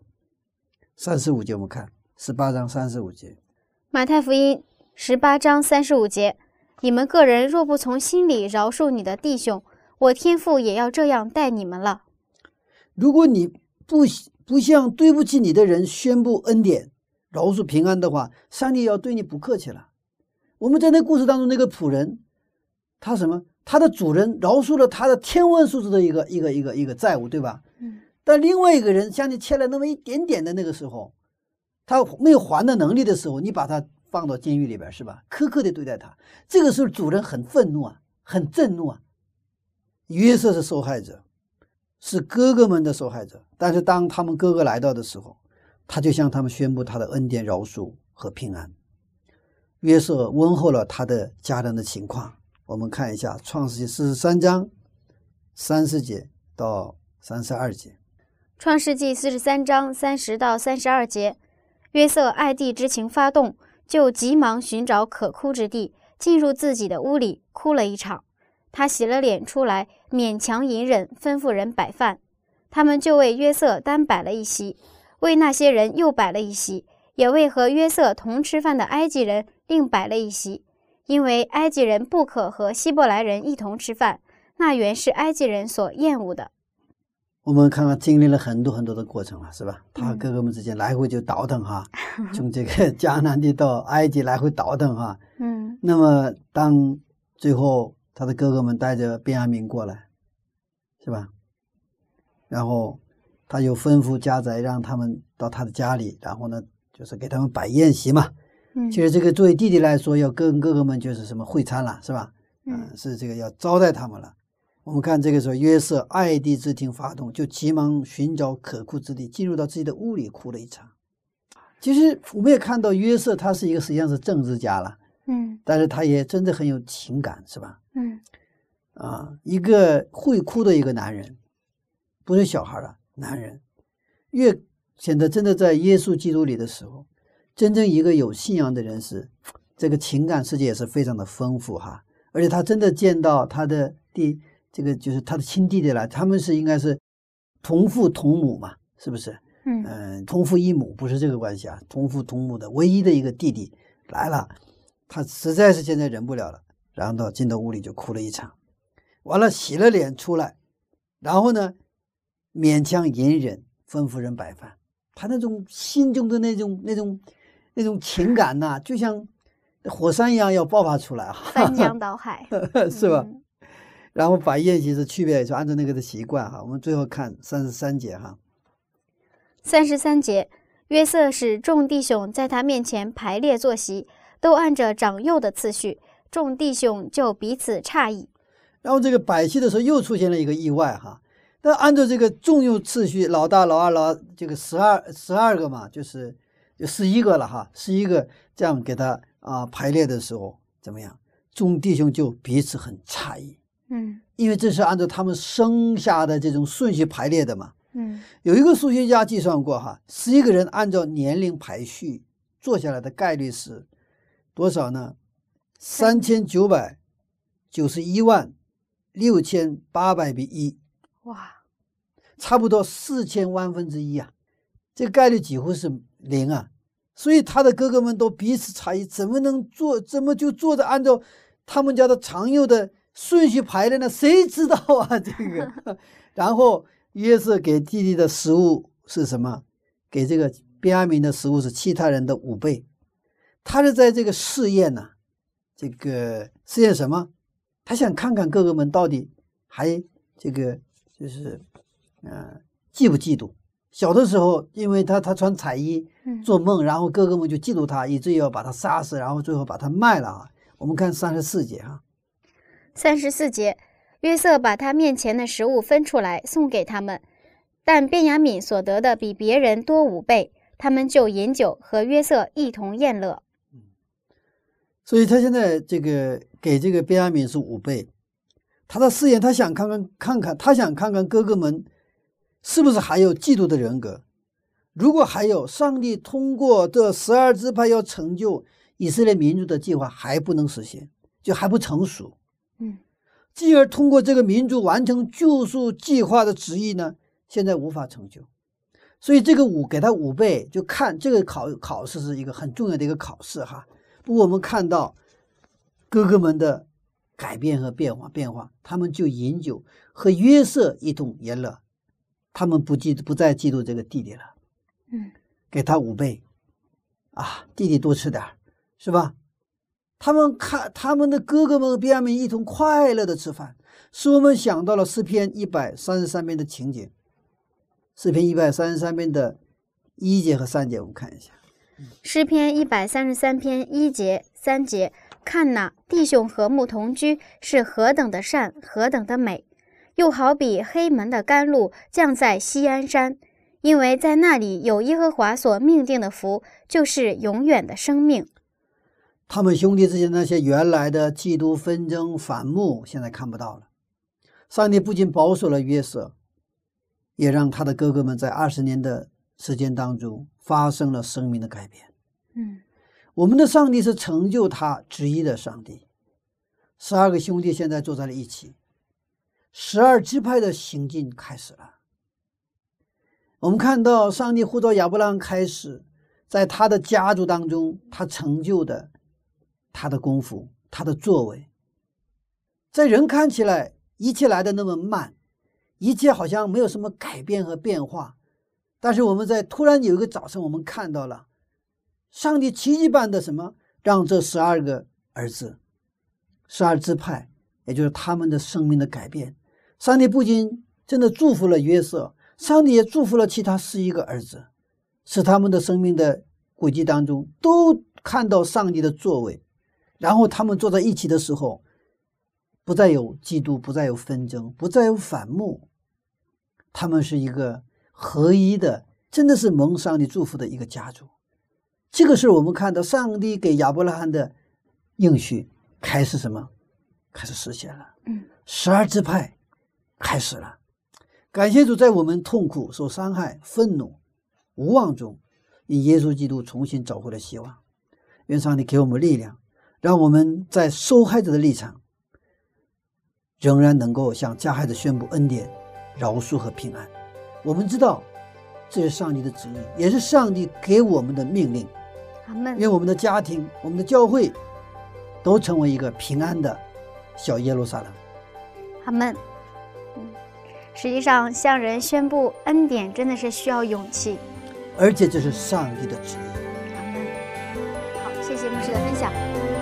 [SPEAKER 2] ，35节我们看18章35节。
[SPEAKER 3] 马太福音18章35节，你们个人若不从心里饶恕你的弟兄，我天父也要这样待你们了。如
[SPEAKER 2] 果你不向对不起你的人宣布恩典， 饶恕平安的话，上帝要对你不客气了。我们在那故事当中，那个仆人，他什么？他的主人饶恕了他的天文数字的一个债务，对吧？但另外一个人向你欠了那么一点点的那个时候，他没有还的能力的时候，你把他放到监狱里边，是吧？苛刻的对待他，这个时候主人很愤怒啊，很震怒啊。约瑟是受害者，是哥哥们的受害者，但是当他们哥哥来到的时候，他就向他们宣布他的恩典、饶恕和平安。约瑟问候了他的家人的情况，我们看一下创世纪43章30节到32节。
[SPEAKER 3] 创世纪43章30到32节，约瑟爱弟之情发动，就急忙寻找可哭之地，进入自己的屋里，哭了一场。他洗了脸出来，勉强隐忍，吩咐人摆饭。他们就为约瑟单摆了一席，为那些人又摆了一席，也为和约瑟同吃饭的埃及人另摆了一席，因为埃及人不可和希伯来人一同吃饭，那原是埃及人所厌恶的。
[SPEAKER 2] 我们看看经历了很多的过程了，是吧？他和哥哥们之间来回就倒腾哈，从这个迦南地到埃及来回倒腾哈。那么当最后他的哥哥们带着便雅悯过来，是吧？然后他又吩咐家宰让他们到他的家里，然后呢就是给他们摆宴席嘛。其实这个作为弟弟来说，要跟哥哥们就是什么会餐了，是吧？是这个要招待他们了。我们看这个时候，约瑟爱弟之情发动，就急忙寻找可哭之地，进入到自己的屋里哭了一场。其实我们也看到约瑟他是一个实际上是政治家了，但是他也真的很有情感，是吧？一个会哭的一个男人，不是小孩了，男人越显得真的在耶稣基督里的时候，真正一个有信仰的人是这个情感世界也是非常的丰富哈，而且他真的见到他的这个就是他的亲弟弟来，他们是应该是同父同母嘛，是不是？同父异母不是这个关系啊，同父同母的唯一的一个弟弟来了，他实在是现在忍不了了，然后进到屋里就哭了一场，完了洗了脸出来，然后呢勉强隐忍，吩咐人摆饭。他那种心中的那种情感呐，就像火山一样要爆发出来，
[SPEAKER 3] 翻江倒海，
[SPEAKER 2] 是吧？然后摆宴席是区别，就按照那个的习惯哈。我们最后看33节哈。
[SPEAKER 3] 33节，约瑟使众弟兄在他面前排列坐席，都按着长幼的次序，众弟兄就彼此诧异。
[SPEAKER 2] 然后这个摆席的时候又出现了一个意外哈。那按照这个重幼次序，老大、老二、这个12个嘛，就是11个了哈，11个这样给他排列的时候怎么样？众弟兄就彼此很诧异。因为这是按照他们生下的这种顺序排列的嘛。有一个数学家计算过哈，11个人按照年龄排序做下来的概率是多少呢？39916800比1，
[SPEAKER 3] 哇，
[SPEAKER 2] 差不多4000万分之一啊，这个概率几乎是0啊。所以他的哥哥们都彼此诧异，怎么就做着按照他们家的长幼的顺序排的呢？谁知道啊这个？然后约瑟给弟弟的食物是什么？给这个便雅悯的食物是其他人的5倍。他是在这个试验呢，这个试验什么？他想看看哥哥们到底还这个就是嫉不嫉妒。小的时候因为他穿彩衣做梦，然后哥哥们就嫉妒他，以至于要把他杀死，然后最后把他卖了啊。我们看34节哈。
[SPEAKER 3] 34节，约瑟把他面前的食物分出来送给他们，但便雅悯所得的比别人多5倍，他们就饮酒和约瑟一同宴乐。
[SPEAKER 2] 所以他现在这个给这个便雅悯是5倍，他的试验，他想看看哥哥们是不是还有嫉妒的人格。如果还有，上帝通过这12支派要成就以色列民族的计划还不能实现，就还不成熟。继而通过这个民族完成救赎计划的旨意呢，现在无法成就。所以这个给他5倍，就看这个考试是一个很重要的一个考试哈。不过我们看到哥哥们的改变和变化，他们就饮酒和约瑟一同宴乐，他们不再嫉妒这个弟弟了。给他5倍弟弟多吃点，是吧？他们看他们的哥哥们和便雅悯一同快乐的吃饭，使我们想到了诗篇133篇的情景。诗篇133篇的1节和3节，我们看一下。
[SPEAKER 3] 诗篇133篇1节、3节，看哪，弟兄和睦同居，是何等的善，何等的美！又好比黑门的甘露降在锡安山，因为在那里有耶和华所命定的福，就是永远的生命。
[SPEAKER 2] 他们兄弟之间那些原来的嫉妒、纷争、反目，现在看不到了。上帝不仅保守了约瑟，也让他的哥哥们在20年的时间当中发生了生命的改变。我们的上帝是成就他旨意的上帝。12个兄弟现在坐在了一起，12支派的行进开始了。我们看到上帝呼召亚伯拉罕开始在他的家族当中，他成就的他的功夫，他的作为，在人看起来一切来的那么慢，一切好像没有什么改变和变化，但是我们在突然有一个早晨，我们看到了上帝奇迹般的什么，让这12个儿子，12支派，也就是他们的生命的改变。上帝不仅真的祝福了约瑟，上帝也祝福了其他11个儿子，使他们的生命的轨迹当中都看到上帝的作为。然后他们坐在一起的时候，不再有嫉妒，不再有纷争，不再有反目，他们是一个合一的，真的是蒙上帝祝福的一个家族。这个是我们看到上帝给亚伯拉罕的应许开始什么？开始实现了。12支派开始了。感谢主，在我们痛苦、受伤害、愤怒、无望中，因耶稣基督重新找回了希望。愿上帝给我们力量，让我们在受害者的立场仍然能够向加害者宣布恩典、饶恕和平安。我们知道这是上帝的旨意，也是上帝给我们的命令。
[SPEAKER 3] 阿们。
[SPEAKER 2] 愿我们的家庭、我们的教会都成为一个平安的小耶路撒冷。
[SPEAKER 3] 阿们。实际上向人宣布恩典真的是需要勇气，
[SPEAKER 2] 而且这是上帝的旨意。
[SPEAKER 3] 阿们。好，谢谢牧师的分享。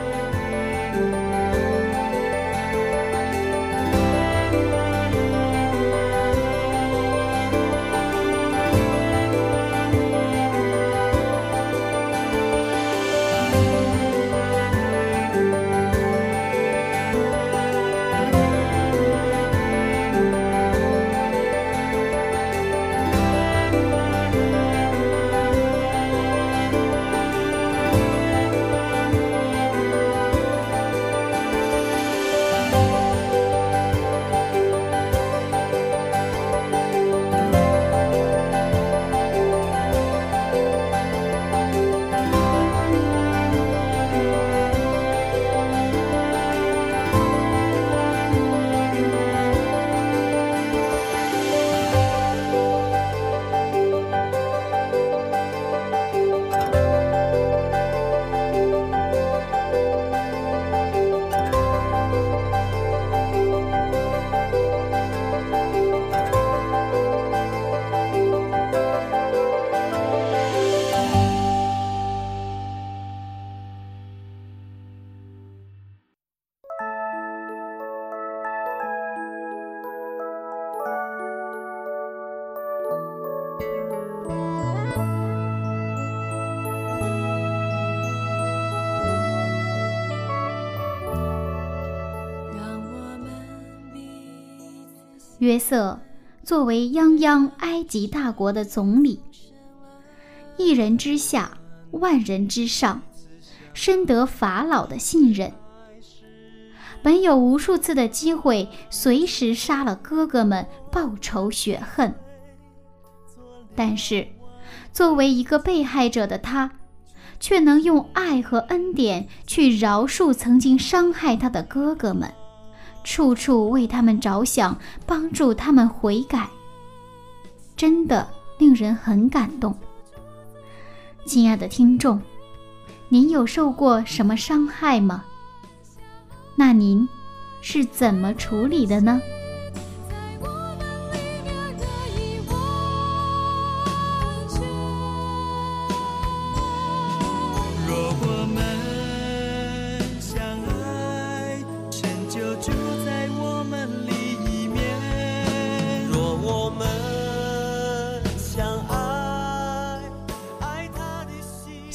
[SPEAKER 1] 约瑟作为泱泱埃及大国的总理，一人之下，万人之上，深得法老的信任。本有无数次的机会，随时杀了哥哥们报仇雪恨，但是作为一个被害者的他，却能用爱和恩典去饶恕曾经伤害他的哥哥们，处处为他们着想，帮助他们悔改，真的令人很感动。亲爱的听众，您有受过什么伤害吗？那您是怎么处理的呢？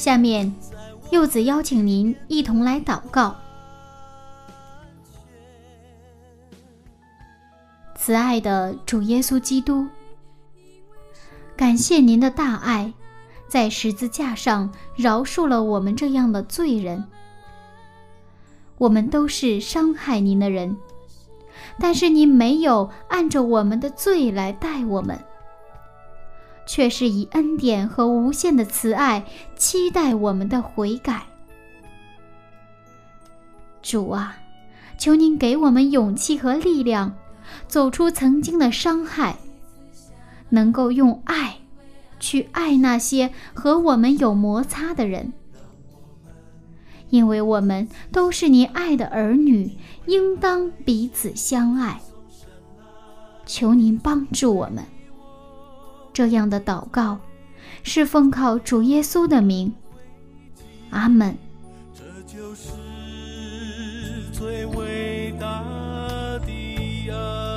[SPEAKER 1] 下面，柚子邀请您一同来祷告。慈爱的主耶稣基督，感谢您的大爱，在十字架上饶恕了我们这样的罪人。我们都是伤害您的人，但是您没有按着我们的罪来待我们，却是以恩典和无限的慈爱期待我们的悔改。主啊，求您给我们勇气和力量，走出曾经的伤害，能够用爱去爱那些和我们有摩擦的人，因为我们都是您爱的儿女，应当彼此相爱。求您帮助我们。这样的祷告是奉靠主耶稣的名，阿们。
[SPEAKER 4] 这就是最伟大的爱。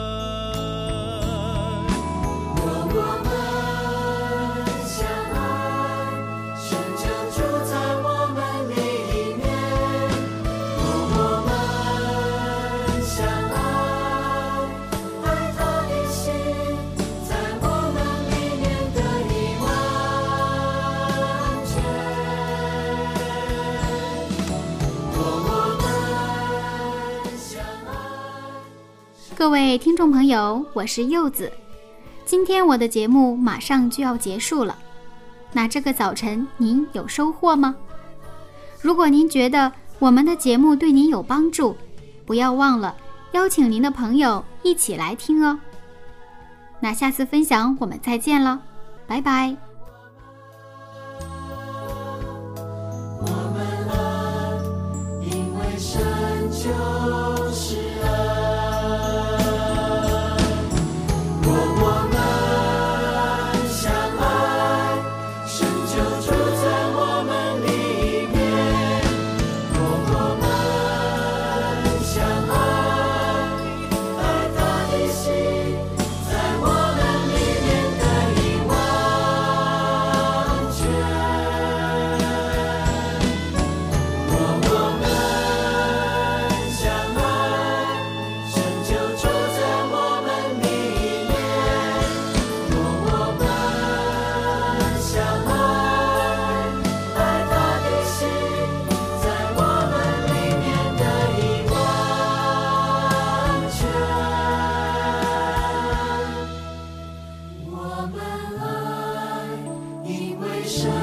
[SPEAKER 4] 我们相爱，神就住在我们里面。我们相爱，爱他的心在我们里面得以完全。我们相爱。
[SPEAKER 1] 各位听众朋友，我是柚子。今天我的节目马上就要结束了，那这个早晨您有收获吗？如果您觉得我们的节目对您有帮助，不要忘了邀请您的朋友一起来听哦。那下次分享我们再见了，拜拜。
[SPEAKER 4] 因为神就是爱，若我们相爱，神就住在我们里面。若我们相爱，爱他的心在我们里面得以完全。若我们相爱，神就住在我们里面。若我们相爱，爱他的心在我们里面得以完全。我们爱，因为神